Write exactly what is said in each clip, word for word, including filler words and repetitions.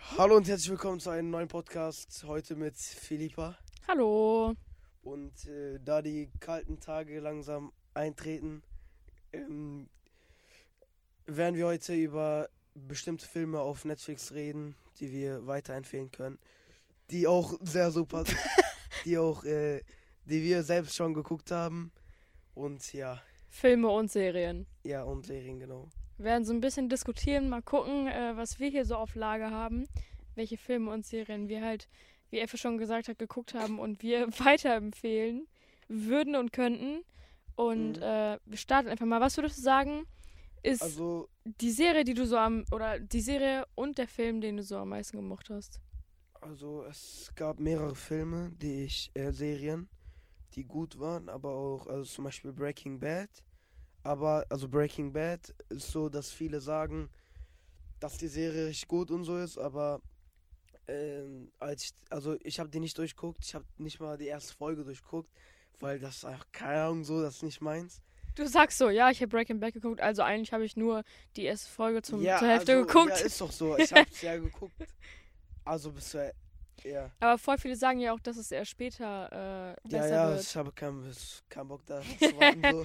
Hallo und herzlich willkommen zu einem neuen Podcast, heute mit Philippa. Hallo. Und äh, da die kalten Tage langsam eintreten, ähm, werden wir heute über bestimmte Filme auf Netflix reden, die wir weiterempfehlen können, die auch sehr super sind, die auch, äh, die wir selbst schon geguckt haben und ja, Filme und Serien. ja und Serien, genau. Wir werden so ein bisschen diskutieren, mal gucken, äh, was wir hier so auf Lager haben, welche Filme und Serien wir halt, wie Effe schon gesagt hat, geguckt haben und wir weiterempfehlen würden und könnten. Und Mhm. äh, wir starten einfach mal. Was würdest du sagen, ist Also, die Serie, die du so am, oder die Serie und der Film, den du so am meisten gemocht hast? also es gab mehrere Filme, die ich, äh, Serien, die gut waren, aber auch, also zum Beispiel Breaking Bad. Aber, also Breaking Bad ist so, dass viele sagen, dass die Serie richtig gut und so ist, aber ähm, als ich, also ich habe die nicht durchguckt, ich habe nicht mal die erste Folge durchguckt, weil das einfach, keine Ahnung, so, das ist nicht meins. Du sagst so, ja, ich habe Breaking Bad geguckt, also eigentlich habe ich nur die erste Folge zum, Ja, zur Hälfte also, geguckt. ja, ist doch so, ich hab's ja geguckt, also bis zur, ja. Aber voll viele sagen ja auch, dass es erst später äh, Ja, besser ja, wird. ich habe keinen kein Bock da zu warten, so.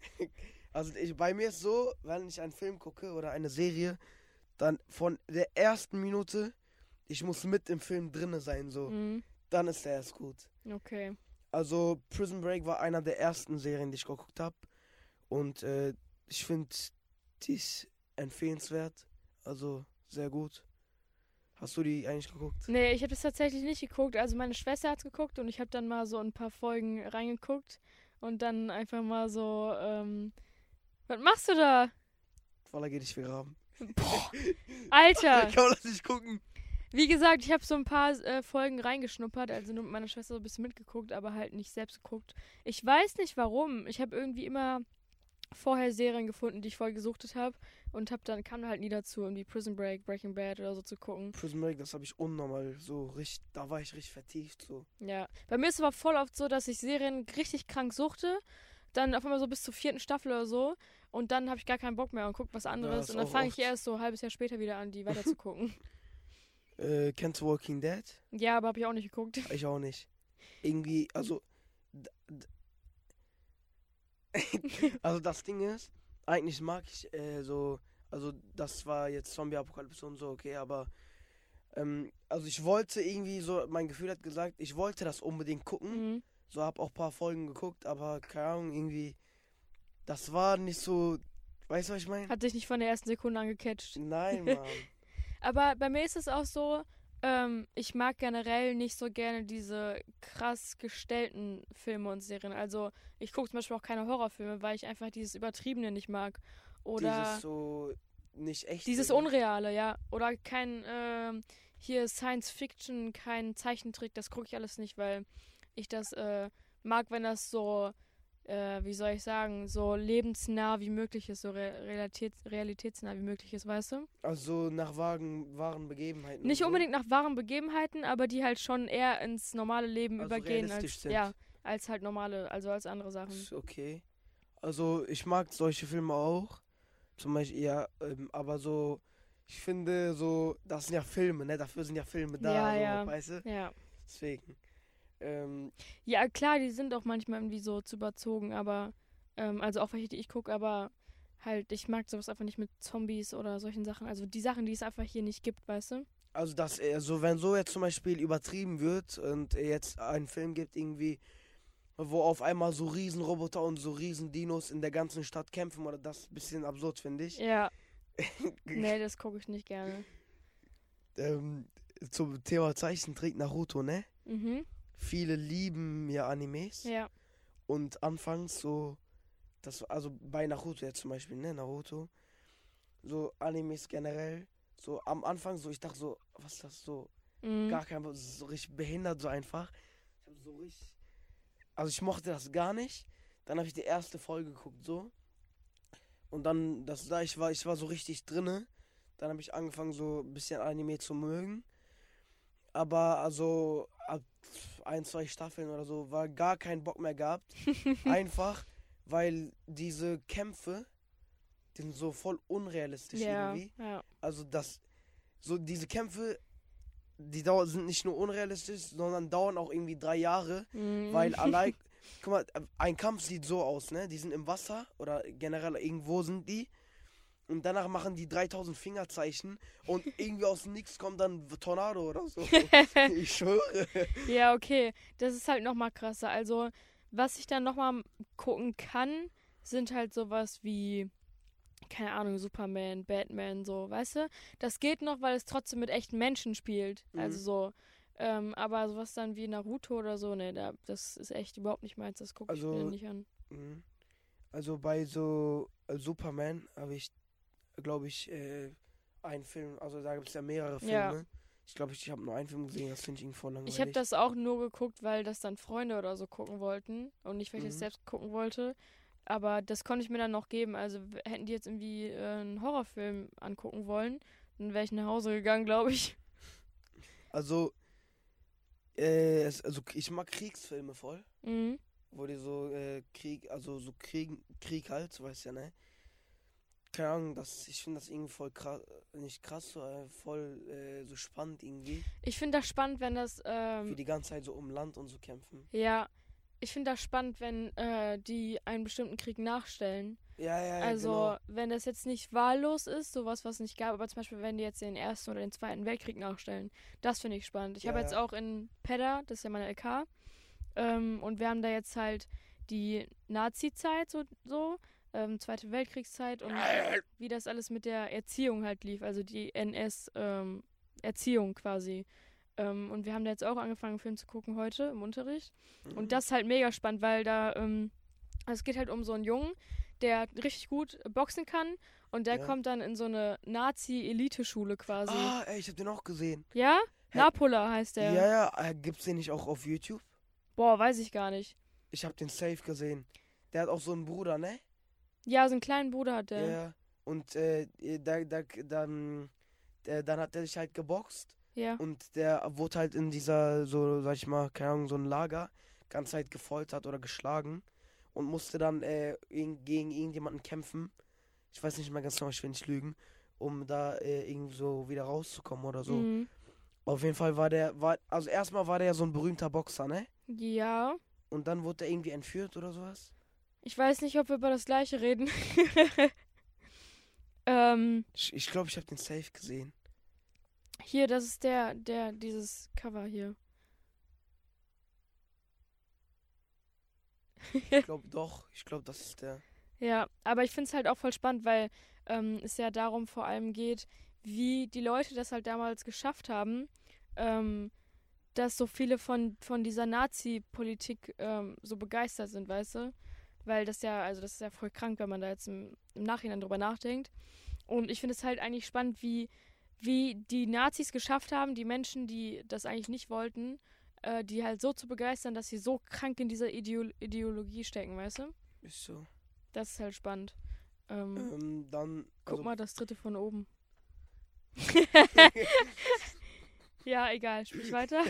Also ich, bei mir ist so, wenn ich einen Film gucke oder eine Serie, dann von der ersten Minute, ich muss mit im Film drinne sein, so. Mhm. Dann ist der erst gut. Okay. Also Prison Break war einer der ersten Serien, die ich geguckt habe. Und äh, ich finde, die ist empfehlenswert. Also sehr gut. Hast du die eigentlich geguckt? Nee, ich habe das tatsächlich nicht geguckt. Also meine Schwester hat's geguckt und ich habe dann mal so ein paar Folgen reingeguckt und dann einfach mal so, ähm, was machst du da? Voila, geht nicht begraben. Boah, Alter! Kann man das nicht gucken? Wie gesagt, ich habe so ein paar äh, Folgen reingeschnuppert, also nur mit meiner Schwester so ein bisschen mitgeguckt, aber halt nicht selbst geguckt. Ich weiß nicht warum. Ich habe irgendwie immer vorher Serien gefunden, die ich voll gesuchtet habe und hab dann kam halt nie dazu, irgendwie Prison Break, Breaking Bad oder so zu gucken. Prison Break, das habe ich unnormal so richtig, da war ich richtig vertieft so. Ja, bei mir ist es aber voll oft so, dass ich Serien richtig krank suchte, dann auf einmal so bis zur vierten Staffel oder so und dann habe ich gar keinen Bock mehr und guck was anderes ist und dann auch fange ich oft. erst so ein halbes Jahr später wieder an, die weiter zu gucken. Äh, kennst du Walking Dead? Ja, aber habe ich auch nicht geguckt. Ich auch nicht. Irgendwie, also, d- d- also das Ding ist, eigentlich mag ich äh, so, also das war jetzt Zombie-Apokalypse und so, okay, aber ähm, also ich wollte irgendwie so, mein Gefühl hat gesagt, ich wollte das unbedingt gucken, Mhm. so hab auch ein paar Folgen geguckt, aber keine Ahnung, irgendwie, das war nicht so, weißt du, was ich meine? Hat dich nicht von der ersten Sekunde angecatcht. Nein, Mann. Aber bei mir ist es auch so, ähm, ich mag generell nicht so gerne diese krass gestellten Filme und Serien. Also ich gucke zum Beispiel auch keine Horrorfilme, weil ich einfach dieses Übertriebene nicht mag. Oder Dieses so nicht echt. dieses irgendwie. Unreale, ja. Oder kein, ähm, hier Science Fiction, kein Zeichentrick, das gucke ich alles nicht, weil ich das äh, mag, wenn das so, äh, wie soll ich sagen, so lebensnah wie möglich ist, so re realitäts realitätsnah wie möglich ist, weißt du? Also nach wahren, wahren Begebenheiten. Nicht und so. unbedingt nach wahren Begebenheiten, aber die halt schon eher ins normale Leben Also übergehen realistisch als sind. ja, als halt normale, also als andere Sachen. Ist okay. Also ich mag solche Filme auch. Zum Beispiel, ja, ähm, aber so, ich finde so, das sind ja Filme, ne? Dafür sind ja Filme da, Ja, so, ja. weißt du? Ja. Deswegen. Ähm, Ja, klar, die sind auch manchmal irgendwie so zu überzogen, aber ähm, also auch welche, die ich gucke, aber halt, ich mag sowas einfach nicht mit Zombies oder solchen Sachen. Also die Sachen, die es einfach hier nicht gibt, weißt du? also das, also wenn so jetzt zum Beispiel übertrieben wird und jetzt einen Film gibt irgendwie, wo auf einmal so Riesenroboter und so Riesendinos in der ganzen Stadt kämpfen, oder das ist ein bisschen absurd, finde ich. Ja. Nee, das gucke ich nicht gerne. ähm, zum Thema Zeichentrick Naruto, ne? Mhm. Viele lieben ja Animes. Ja. Und anfangs so, das, also bei Naruto jetzt zum Beispiel, ne? Naruto. So Animes generell. So am Anfang so, ich dachte so, was ist das so? Mhm. Gar kein, so richtig behindert so einfach. Ich hab so richtig, also ich mochte das gar nicht. Dann habe ich die erste Folge geguckt so. Und dann, das da ich war, ich war so richtig drinne. Dann habe ich angefangen so ein bisschen Anime zu mögen. Aber also ab ein, zwei Staffeln oder so war gar keinen Bock mehr gehabt. Einfach, weil diese Kämpfe, die sind so voll unrealistisch Ja, irgendwie. ja. Also das, so diese Kämpfe, die Dauer sind nicht nur unrealistisch, sondern dauern auch irgendwie drei Jahre, Mhm. weil allein, guck mal, ein Kampf sieht so aus, ne? Die sind im Wasser oder generell irgendwo sind die und danach machen die dreitausend Fingerzeichen und irgendwie aus dem Nix kommt dann ein Tornado oder so. Ich schwöre. Ja, okay. Das ist halt nochmal krasser. Also, was ich dann nochmal gucken kann, sind halt sowas wie, keine Ahnung, Superman, Batman, so, weißt du? Das geht noch, weil es trotzdem mit echten Menschen spielt. Mhm. Also so. Ähm, aber sowas dann wie Naruto oder so, ne, da, das ist echt überhaupt nicht meins. Das gucke Also- ich mir nicht an. Mhm. Also bei so äh, Superman habe ich, glaube ich, äh, einen Film, also da gibt es ja mehrere Filme. Ja. Ich glaube, ich, ich habe nur einen Film gesehen, das finde ich irgendwie voll langweilig. Ich habe das auch nur geguckt, weil das dann Freunde oder so gucken wollten und nicht, weil ich das Mhm. selbst gucken wollte. Aber das konnte ich mir dann noch geben. Also w- hätten die jetzt irgendwie äh, einen Horrorfilm angucken wollen, dann wäre ich nach Hause gegangen, glaube ich. Also, äh, es, also ich mag Kriegsfilme voll, Mhm. wo die so äh, Krieg, also so Krieg, Krieg halt, so weißt ja, ne? Keine Ahnung, das, ich finde das irgendwie voll krass, nicht krass, so, äh, voll äh, so spannend irgendwie, Ich finde das spannend, wenn das, wie ähm, die ganze Zeit so um Land und so kämpfen. ja, ich finde das spannend, wenn äh, die einen bestimmten Krieg nachstellen. Ja, ja, ja, Also, genau. wenn das jetzt nicht wahllos ist, sowas, was es nicht gab, aber zum Beispiel, wenn die jetzt den Ersten oder den Zweiten Weltkrieg nachstellen, das finde ich spannend. Ich Ja, habe jetzt ja. auch in Pedda, das ist ja meine L K, ähm, und wir haben da jetzt halt die Nazi-Zeit, so, so ähm, Zweite Weltkriegszeit und wie das alles mit der Erziehung halt lief, also die N S-Erziehung quasi. Ähm, und wir haben da jetzt auch angefangen, einen Film zu gucken heute im Unterricht. Mhm. Und das ist halt mega spannend, weil da, ähm, es geht halt um so einen Jungen, der richtig gut boxen kann und der Ja. kommt dann in so eine Nazi-Elite-Schule quasi. Ah, ey, ich habe den auch gesehen. Ja? Hä? Napola heißt der. Ja, ja, äh, gibt's den nicht auch auf YouTube? Boah, weiß ich gar nicht. Ich habe den safe gesehen. Der hat auch so einen Bruder, ne? Ja, so einen kleinen Bruder hat Ja, der. ja. Und äh, da, da, dann, der, dann hat er sich halt geboxt Ja. und der wurde halt in dieser, so, sag ich mal, keine Ahnung, so ein Lager, ganz Zeit gefoltert oder geschlagen und musste dann äh, in, gegen irgendjemanden kämpfen. Ich weiß nicht mehr ganz genau, ich will nicht lügen, um da äh, irgendwie so wieder rauszukommen oder so. Mhm. Auf jeden Fall war der, war, also erstmal war der ja so ein berühmter Boxer, ne? Ja. Und dann wurde er irgendwie entführt oder sowas. Ich weiß nicht, ob wir über das gleiche reden. ähm, Ich ich, glaube, ich habe den safe gesehen. hier, das ist der, der, dieses Cover hier. Ich glaube doch, ich glaube, das ist der. Ja, aber ich finde es halt auch voll spannend, weil ähm, es ja darum vor allem geht, wie die Leute das halt damals geschafft haben, ähm, dass so viele von, von dieser Nazi-Politik ähm, so begeistert sind, weißt du? Weil das ja, also das ist ja voll krank, wenn man da jetzt im, im Nachhinein drüber nachdenkt. Und ich finde es halt eigentlich spannend, wie, wie die Nazis geschafft haben, die Menschen, die das eigentlich nicht wollten, äh, die halt so zu begeistern, dass sie so krank in dieser Ideo Ideologie stecken, weißt du? Ist so. Das ist halt spannend. Ähm, Ähm, dann. Guck Also, mal, das dritte von oben. Ja, egal, sprich weiter.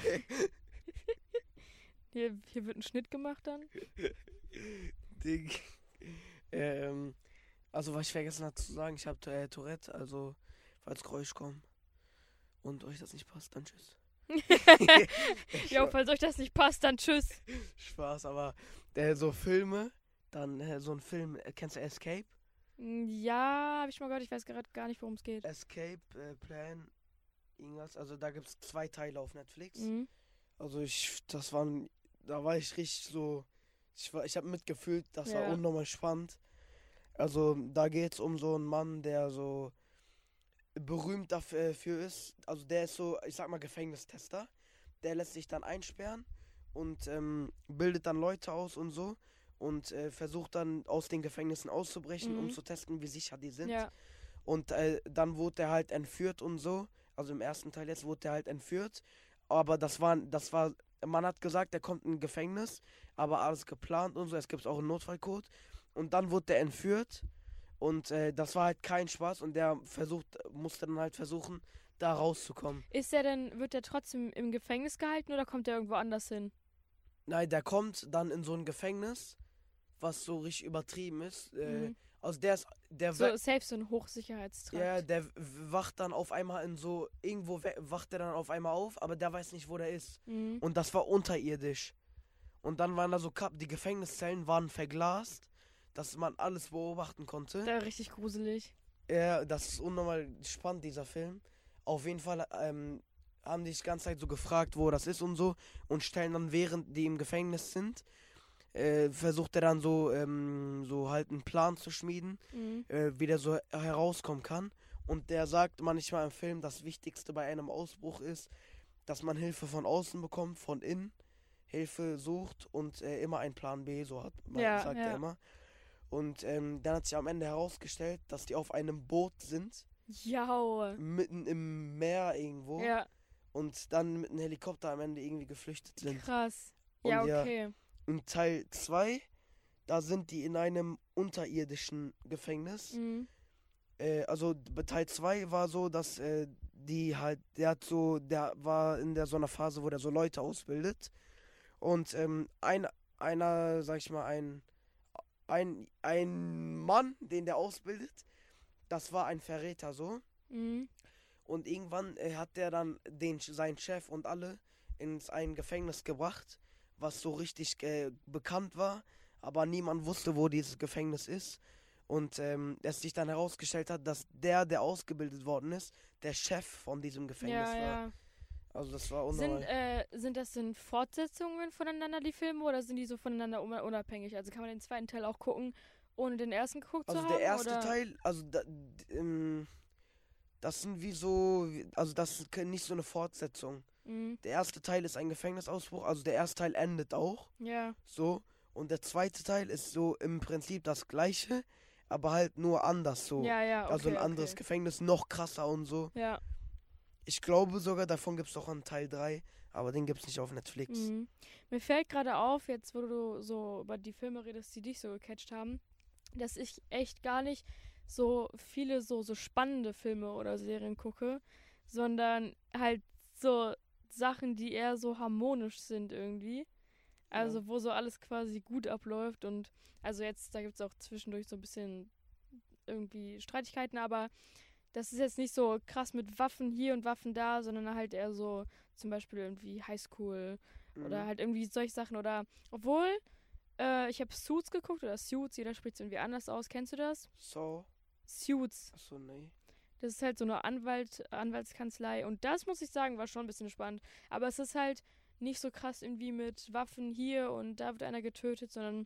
Hier, hier wird ein Schnitt gemacht dann. Ding. ähm, also, was ich vergessen hatte zu sagen, ich habe äh, Tourette, also, falls Geräusch kommt und euch das nicht passt, dann tschüss. Ja, falls euch das nicht passt, dann tschüss. Spaß, aber äh, so Filme, dann äh, so ein Film, äh, kennst du Escape? Ja, habe ich mal gehört, ich weiß gerade gar nicht, worum es geht. Escape, äh, Plan, irgendwas, also da gibt es zwei Teile auf Netflix. Mhm. Also ich, das waren, da war ich richtig so, ich war, ich habe mitgefühlt, das Ja. war unnormal spannend. Also da geht es um so einen Mann, der so berühmt dafür ist, also der ist so, ich sag mal Gefängnistester, der lässt sich dann einsperren und ähm, bildet dann Leute aus und so und äh, versucht dann aus den Gefängnissen auszubrechen, Mhm. um zu testen, wie sicher die sind. Ja. Und äh, dann wurde er halt entführt und so. Also im ersten Teil jetzt wurde er halt entführt. Aber das war, das war, man hat gesagt, er kommt in ein Gefängnis, aber alles geplant und so. Es gibt auch einen Notfallcode. Und dann wurde er entführt. Und äh, das war halt kein Spaß. Und der versucht, musste dann halt versuchen, da rauszukommen. Ist er denn, wird er trotzdem im Gefängnis gehalten oder kommt er irgendwo anders hin? Nein, der kommt dann in so ein Gefängnis, was so richtig übertrieben ist. Äh, Mhm. Also der ist, der So we- safe so ein Hochsicherheitstrakt. ja, der w- wacht dann auf einmal in so, irgendwo we- wacht er dann auf einmal auf, aber der weiß nicht, wo der ist. Mhm. Und das war unterirdisch. Und dann waren da so Kap, die Gefängniszellen waren verglast, dass man alles beobachten konnte. Da richtig gruselig. Ja, das ist unnormal spannend, dieser Film. Auf jeden Fall ähm, haben die sich die ganze Zeit so gefragt, wo das ist und so. Und stellen dann, während die im Gefängnis sind, äh, versucht er dann so, ähm, so halt einen Plan zu schmieden, Mhm. äh, wie der so herauskommen kann. Und der sagt manchmal im Film, das Wichtigste bei einem Ausbruch ist, dass man Hilfe von außen bekommt, von innen, Hilfe sucht und äh, immer einen Plan B, so hat man, Ja, sagt ja. er immer. Und ähm, dann hat sich am Ende herausgestellt, dass die auf einem Boot sind, Ja. mitten im Meer irgendwo, Ja, und dann mit einem Helikopter am Ende irgendwie geflüchtet sind. krass. Und Ja, ja, okay. in Teil zwei, da sind die in einem unterirdischen Gefängnis. Mhm. Äh, also bei Teil zwei war so, dass äh, die halt, der hat so, der war in der so einer Phase, wo der so Leute ausbildet. Und ähm, ein, einer, sag ich mal, ein, ein, ein Mann, den der ausbildet, das war ein Verräter so. Mhm. Und irgendwann äh, hat der dann den, seinen Chef und alle ins ein Gefängnis gebracht, was so richtig äh, bekannt war, aber niemand wusste, wo dieses Gefängnis ist. Und ähm, es sich dann herausgestellt hat, dass der, der ausgebildet worden ist, der Chef von diesem Gefängnis Ja, war. ja. Also das war Sind, unnormal. äh, sind das denn Fortsetzungen voneinander, die Filme, oder sind die so voneinander un- unabhängig? Also kann man den zweiten Teil auch gucken, ohne den ersten geguckt Also zu haben? der erste oder? Teil, also da, d- ähm, das sind wie so, wie- also das ist ke- nicht so eine Fortsetzung. Mhm. Der erste Teil ist ein Gefängnisausbruch, also der erste Teil endet auch. Ja, So, und der zweite Teil ist so im Prinzip das gleiche, aber halt nur anders so. ja, ja, okay, also ein anderes okay. Gefängnis, noch krasser und so. Ja. Ich glaube sogar, davon gibt es auch einen Teil drei, aber den gibt es nicht auf Netflix. Mhm. Mir fällt gerade auf, jetzt wo du so über die Filme redest, die dich so gecatcht haben, dass ich echt gar nicht so viele so, so spannende Filme oder Serien gucke, sondern halt so Sachen, die eher so harmonisch sind irgendwie. Also Ja. wo so alles quasi gut abläuft und also jetzt, da gibt es auch zwischendurch so ein bisschen irgendwie Streitigkeiten, aber das ist jetzt nicht so krass mit Waffen hier und Waffen da, sondern halt eher so zum Beispiel irgendwie Highschool oder Mhm. halt irgendwie solche Sachen oder obwohl äh, ich habe Suits geguckt oder Suits, jeder spricht es irgendwie anders aus. Kennst du das? So, Suits. achso, nee. Das ist halt so eine Anwalt, Anwaltskanzlei und das muss ich sagen, war schon ein bisschen spannend. Aber es ist halt nicht so krass irgendwie mit Waffen hier und da wird einer getötet, sondern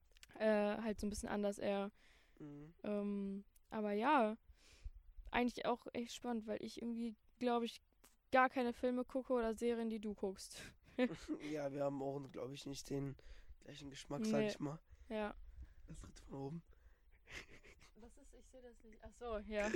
äh, halt so ein bisschen anders eher. Mhm. Ähm, aber ja, eigentlich auch echt spannend, weil ich irgendwie, glaube ich, gar keine Filme gucke oder Serien, die du guckst. Ja, wir haben auch, glaube ich, nicht den gleichen Geschmack, sag Nee. ich mal. Ja. Das tritt von oben. Was ist? Ich sehe das nicht. Ach so, ja.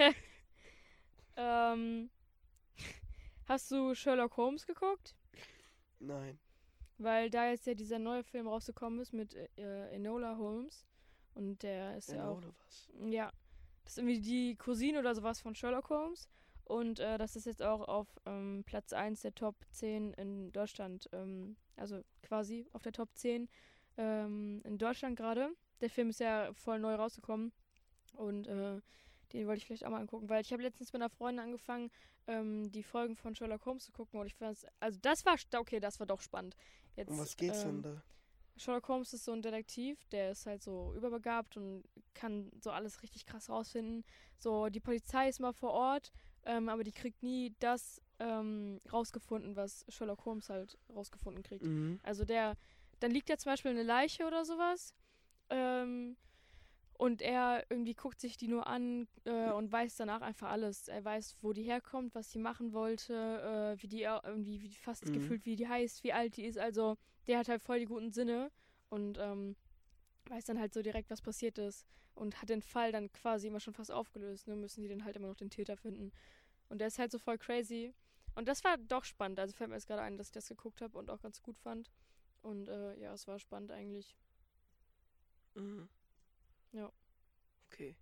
ähm, hast du Sherlock Holmes geguckt? Nein. Weil da jetzt ja dieser neue Film rausgekommen ist mit äh, Enola Holmes. Und der ist ja auch. Oder was? Ja. Das ist irgendwie die Cousine oder sowas von Sherlock Holmes. Und äh, das ist jetzt auch auf ähm, Platz eins der Top zehn in Deutschland. Ähm, also quasi auf der Top zehn ähm, in Deutschland gerade. Der Film ist ja voll neu rausgekommen. Und äh, den wollte ich vielleicht auch mal angucken. Weil ich habe letztens mit einer Freundin angefangen, ähm, die Folgen von Sherlock Holmes zu gucken. Und ich fand es, also das war, st- okay, das war doch spannend. Jetzt, Um was geht's ähm, denn da? Sherlock Holmes ist so ein Detektiv, der ist halt so überbegabt und kann so alles richtig krass rausfinden. So, die Polizei ist mal vor Ort, ähm, aber die kriegt nie das ähm, rausgefunden, was Sherlock Holmes halt rausgefunden kriegt. Mhm. Also der, dann liegt da zum Beispiel eine Leiche oder sowas ähm, und er irgendwie guckt sich die nur an äh, und weiß danach einfach alles. Er weiß, wo die herkommt, was sie machen wollte, äh, wie die au- irgendwie, wie die fast Mhm. gefühlt, wie die heißt, wie alt die ist. Also der hat halt voll die guten Sinne und ähm, weiß dann halt so direkt, was passiert ist und hat den Fall dann quasi immer schon fast aufgelöst. Nur müssen die dann halt immer noch den Täter finden. Und der ist halt so voll crazy. Und das war doch spannend. Also fällt mir jetzt gerade ein, dass ich das geguckt habe und auch ganz gut fand. Und äh, ja, es war spannend eigentlich. Mhm. Ja. Okay.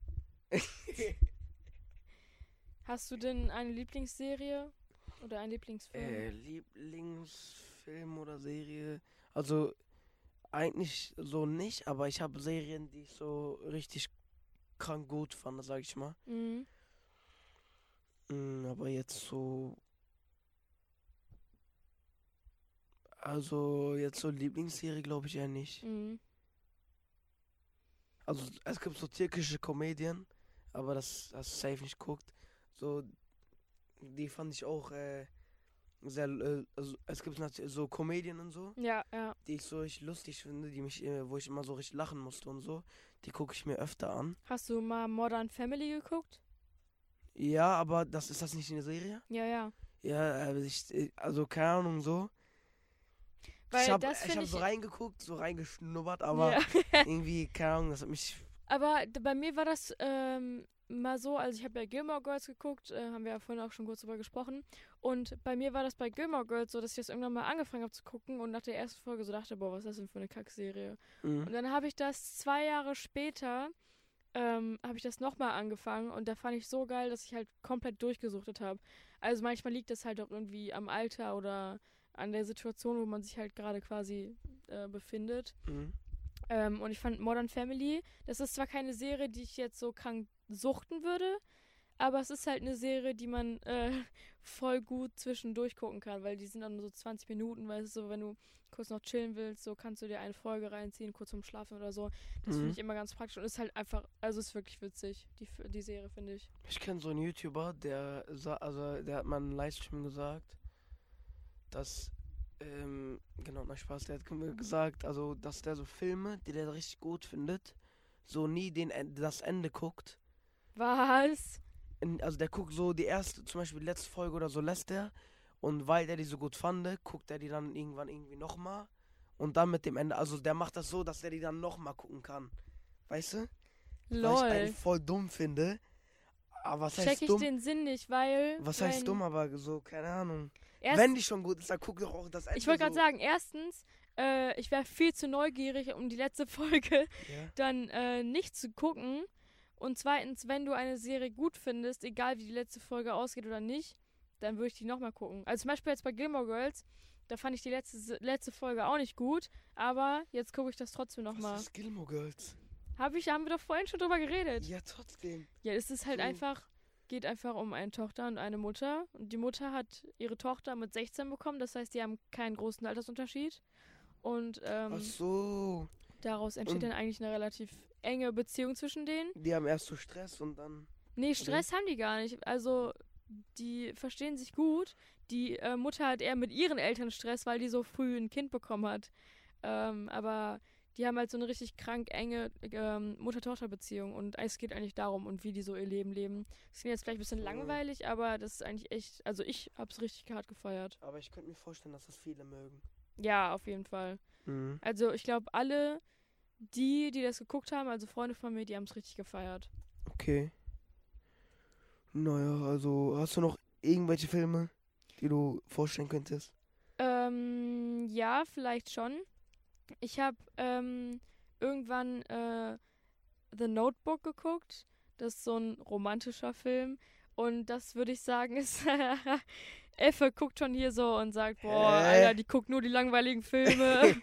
Hast du denn eine Lieblingsserie oder einen Lieblingsfilm? Äh, Lieblingsfilm oder Serie? Also eigentlich so nicht, aber ich habe Serien, die ich so richtig krank gut fand, sag ich mal. Mhm. Mm, aber jetzt so, also jetzt so Lieblingsserie glaube ich eher nicht. Mhm. Also es gibt so türkische Komödien, aber das hast du safe nicht geguckt. So, die fand ich auch äh, sehr, äh, also es gibt natürlich so Komödien und so, Ja, ja. die ich so richtig lustig finde, die mich, äh, wo ich immer so richtig lachen musste und so. Die gucke ich mir öfter an. Hast du mal Modern Family geguckt? Ja, aber das ist das nicht eine Serie? Ja, ja. Ja, äh, ich, äh, also keine Ahnung so. Weil ich habe das ich finde hab ich. so reingeguckt, so reingeschnuppert, aber Ja. irgendwie, keine Ahnung, das hat mich. Aber d- bei mir war das ähm, mal so, also ich habe ja Gilmore Girls geguckt, äh, haben wir ja vorhin auch schon kurz drüber gesprochen. Und bei mir war das bei Gilmore Girls so, dass ich das irgendwann mal angefangen habe zu gucken und nach der ersten Folge so dachte, boah, was ist das denn für eine Kackserie? Mhm. Und dann habe ich das zwei Jahre später, ähm, habe ich das nochmal angefangen und da fand ich so geil, dass ich halt komplett durchgesuchtet habe. Also manchmal liegt das halt auch irgendwie am Alter oder an der Situation, wo man sich halt gerade quasi äh, befindet. Mhm. Ähm, und ich fand Modern Family, das ist zwar keine Serie, die ich jetzt so krank suchten würde, aber es ist halt eine Serie, die man äh, voll gut zwischendurch gucken kann, weil die sind dann nur so zwanzig Minuten, weißt du, so wenn du kurz noch chillen willst, so kannst du dir eine Folge reinziehen, kurz vorm Schlafen oder so. Das Mhm. finde ich immer ganz praktisch und ist halt einfach, also ist wirklich witzig, die, die Serie, finde ich. Ich kenne so einen YouTuber, der sa- also der hat mal einen Livestream gesagt, dass ähm, genau, na Spaß, der hat mir gesagt, also dass der so Filme, die der richtig gut findet, so nie den En- das Ende guckt. Was? In, also der guckt so die erste, zum Beispiel die letzte Folge oder so lässt er und weil der die so gut fand, guckt er die dann irgendwann irgendwie nochmal und dann mit dem Ende, also der macht das so, dass der die dann nochmal gucken kann. Weißt du? Was ich Lol. eigentlich voll dumm finde. Aber was Check heißt ich dumm? den Sinn nicht, weil. Was wenn- heißt dumm, aber so, keine Ahnung. Erst, Wenn die schon gut ist, dann guck doch auch das Ende. ich wollte gerade so. sagen, erstens, äh, ich wäre viel zu neugierig, um die letzte Folge Ja. dann äh, nicht zu gucken. Und zweitens, wenn du eine Serie gut findest, egal wie die letzte Folge ausgeht oder nicht, dann würde ich die nochmal gucken. Also zum Beispiel jetzt bei Gilmore Girls, da fand ich die letzte, letzte Folge auch nicht gut, aber jetzt gucke ich das trotzdem nochmal. Was ist Gilmore Girls? Hab ich, haben wir doch vorhin schon drüber geredet. Ja, trotzdem. Ja, es ist halt So. einfach, geht einfach um eine Tochter und eine Mutter. Und die Mutter hat ihre Tochter mit sechzehn bekommen, das heißt, die haben keinen großen Altersunterschied. Und ähm, Ach so. daraus entsteht Und- dann eigentlich eine relativ enge Beziehung zwischen denen. Die haben erst so Stress und dann. Nee, Stress haben die gar nicht. Also, die verstehen sich gut. Die äh, Mutter hat eher mit ihren Eltern Stress, weil die so früh ein Kind bekommen hat. Ähm, aber die haben halt so eine richtig krank enge ähm, Mutter-Tochter-Beziehung. Und es geht eigentlich darum und wie die so ihr Leben leben. Das klingt jetzt vielleicht ein bisschen So. langweilig, aber das ist eigentlich echt. Also, ich hab's richtig hart gefeiert. Aber ich könnte mir vorstellen, dass das viele mögen. Ja, auf jeden Fall. Mhm. Also, ich glaube, alle, die, die das geguckt haben, also Freunde von mir, die haben es richtig gefeiert. Okay. Naja, also hast du noch irgendwelche Filme, die du vorstellen könntest? Ähm, ja, vielleicht schon. Ich habe ähm, irgendwann äh, The Notebook geguckt. Das ist so ein romantischer Film. Und das würde ich sagen, ist. Effe guckt schon hier so und sagt: Boah, Hä? Alter, die guckt nur die langweiligen Filme.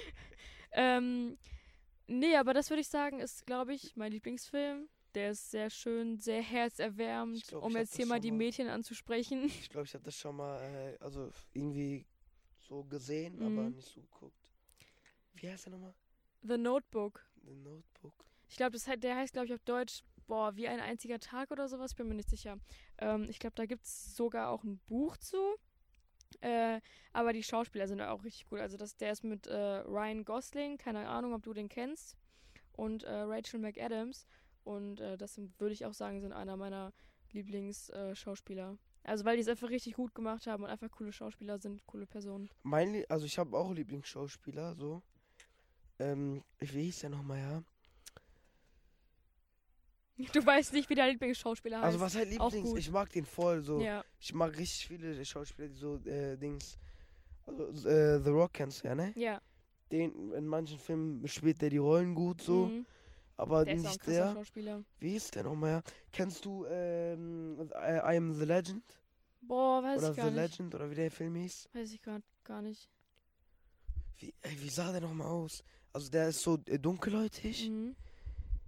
ähm, nee, aber das würde ich sagen, ist, glaube ich, mein Lieblingsfilm. Der ist sehr schön, sehr herzerwärmend, Ich glaub, um ich hab jetzt das hier mal schon die mal- Mädchen anzusprechen. Ich glaube, ich habe das schon mal, äh, also irgendwie so gesehen, Mhm. aber nicht so geguckt. Wie heißt der nochmal? The Notebook. The Notebook. Ich glaube, das heißt, der heißt, glaube ich, auf Deutsch, boah, wie ein einziger Tag oder sowas, bin mir nicht sicher. Ähm, ich glaube, da gibt es sogar auch ein Buch zu. Äh, aber die Schauspieler sind auch richtig cool. Also das, der ist mit äh, Ryan Gosling, keine Ahnung, ob du den kennst, und äh, Rachel McAdams. Und äh, das sind, würde ich auch sagen, sind einer meiner Lieblingsschauspieler. Äh, Schauspieler. Also weil die es einfach richtig gut gemacht haben und einfach coole Schauspieler sind, coole Personen. Mein, Lie- also ich habe auch Lieblingsschauspieler, so. Ähm, wie hieß der nochmal, ja? Du weißt nicht, wie dein Lieblingsschauspieler heißt. Also was halt auch Lieblings, gut. ich mag den voll, so. Ja, Ich mag richtig viele Schauspieler, die so, äh, Dings. Also, äh, The Rock kennst du ja, ne? ja. Den, in manchen Filmen spielt der die Rollen gut, so. Mhm. Aber Der ist auch ein nicht krasser der. Schauspieler. Wie ist der nochmal, ja? Kennst du, ähm, I, I Am the Legend? Boah, weiß Oder ich The gar nicht. Legend, oder wie der Film hieß? Weiß ich gar, gar nicht. Wie, ey, wie sah der nochmal aus? Also der ist so äh, dunkelhäutig. Mhm.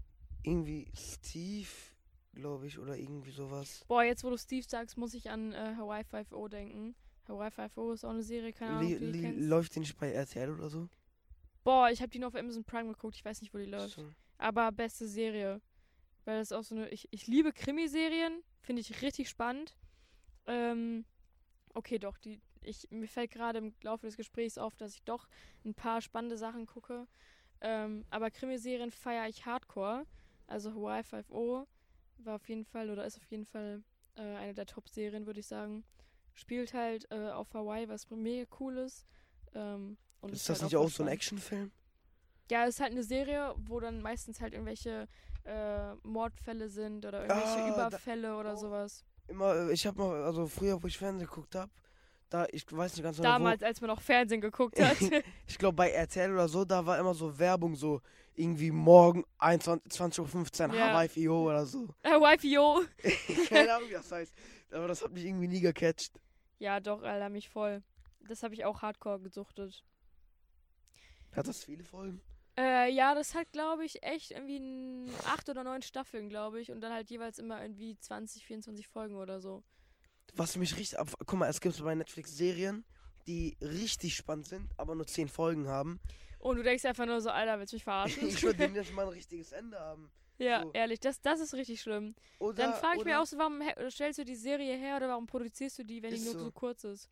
irgendwie Steve, glaube ich, oder irgendwie sowas. Boah, jetzt wo du Steve sagst, muss ich an äh, Hawaii Five-O denken. Hawaii Five-O ist auch eine Serie, keine Ahnung, Li- ob du die li- kennst. läuft die nicht bei R T L oder so? Boah, ich habe die nur auf Amazon Prime geguckt, ich weiß nicht, wo die läuft. So. Aber beste Serie. Weil das auch so eine. Ich, ich liebe Krimiserien, finde ich richtig spannend. Ähm, okay, doch, die. Ich, mir fällt gerade im Laufe des Gesprächs auf, dass ich doch ein paar spannende Sachen gucke. Ähm, aber Krimiserien feiere ich hardcore. Also Hawaii Five-O war auf jeden Fall oder ist auf jeden Fall äh, eine der Top-Serien, würde ich sagen. Spielt halt äh, auf Hawaii, was mega cool ist. Ähm, und Ist ist das halt nicht auch voll so ein spannend. Actionfilm? Ja, es ist halt eine Serie, wo dann meistens halt irgendwelche äh, Mordfälle sind oder irgendwelche Ah, da- Überfälle oder oh. sowas. Immer, äh, ich hab mal, also früher, wo ich Fernsehen geguckt hab, da, ich weiß nicht ganz genau, Damals, als man noch Fernsehen geguckt hat. wo, ich glaube bei R T L oder so, da war immer so Werbung, so irgendwie morgen einundzwanzig zwanzig Uhr fünfzehn, Ja. Hawaii Five O oder so. äh, Wifi-O. Keine Ahnung, wie das heißt. Aber das hat mich irgendwie nie gecatcht. Ja, doch, Alter, mich voll. Das habe ich auch hardcore gesuchtet. Hat das viele Folgen? Äh, ja, das hat, glaube ich, echt irgendwie n- acht oder neun Staffeln, glaube ich. Und dann halt jeweils immer irgendwie zwanzig, vierundzwanzig Folgen oder so. Was mich richtig ab. Guck mal, es gibt bei Netflix Serien, die richtig spannend sind, aber nur zehn Folgen haben. Und du denkst einfach nur so, Alter, willst du mich verarschen? Ich würde denen nicht mal ein richtiges Ende haben. Ja, so. ehrlich, das, das ist richtig schlimm. Oder, Dann frage ich oder, mich auch so, warum he- stellst du die Serie her oder warum produzierst du die, wenn die Ist nur so. so kurz ist?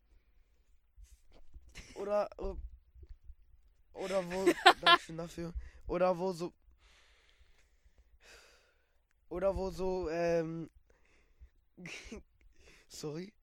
Oder. äh, Oder wo. Dankeschön dafür. Oder wo so. Oder wo so, ähm. Sorry.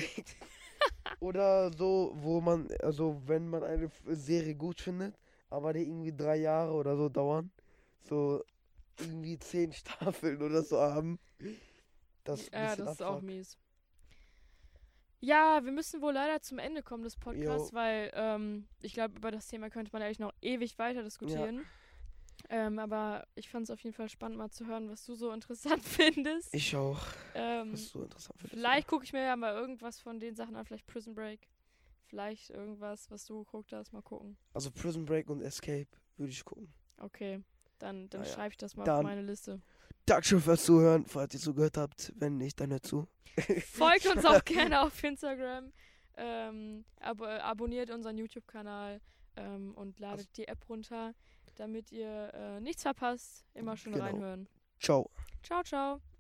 Oder so, wo man, also wenn man eine F- Serie gut findet, aber die irgendwie drei Jahre oder so dauern, so irgendwie zehn Staffeln oder so haben. Das ist ein Ja, bisschen das ist auch Abfuck. mies. Ja, wir müssen wohl leider zum Ende kommen des Podcasts, Jo. weil ähm, ich glaube, über das Thema könnte man eigentlich noch ewig weiter diskutieren. Ähm, aber ich fand es auf jeden Fall spannend, mal zu hören, was du so interessant findest. Ich auch. ähm, Das ist so interessant für dich. vielleicht gucke ich mir ja mal irgendwas von den Sachen an, vielleicht Prison Break. Vielleicht irgendwas, was du geguckt hast, mal gucken. Also Prison Break und Escape würde ich gucken. Okay, dann, dann Naja, schreibe ich das mal auf dann- meine Liste. Dankeschön fürs Zuhören, falls ihr zugehört habt. Wenn nicht, dann hört zu. Folgt uns auch gerne auf Instagram. Ähm, ab abonniert unseren YouTube-Kanal ähm, und ladet Also- die App runter, damit ihr äh, nichts verpasst. Immer schön Genau. reinhören. Ciao. Ciao, ciao.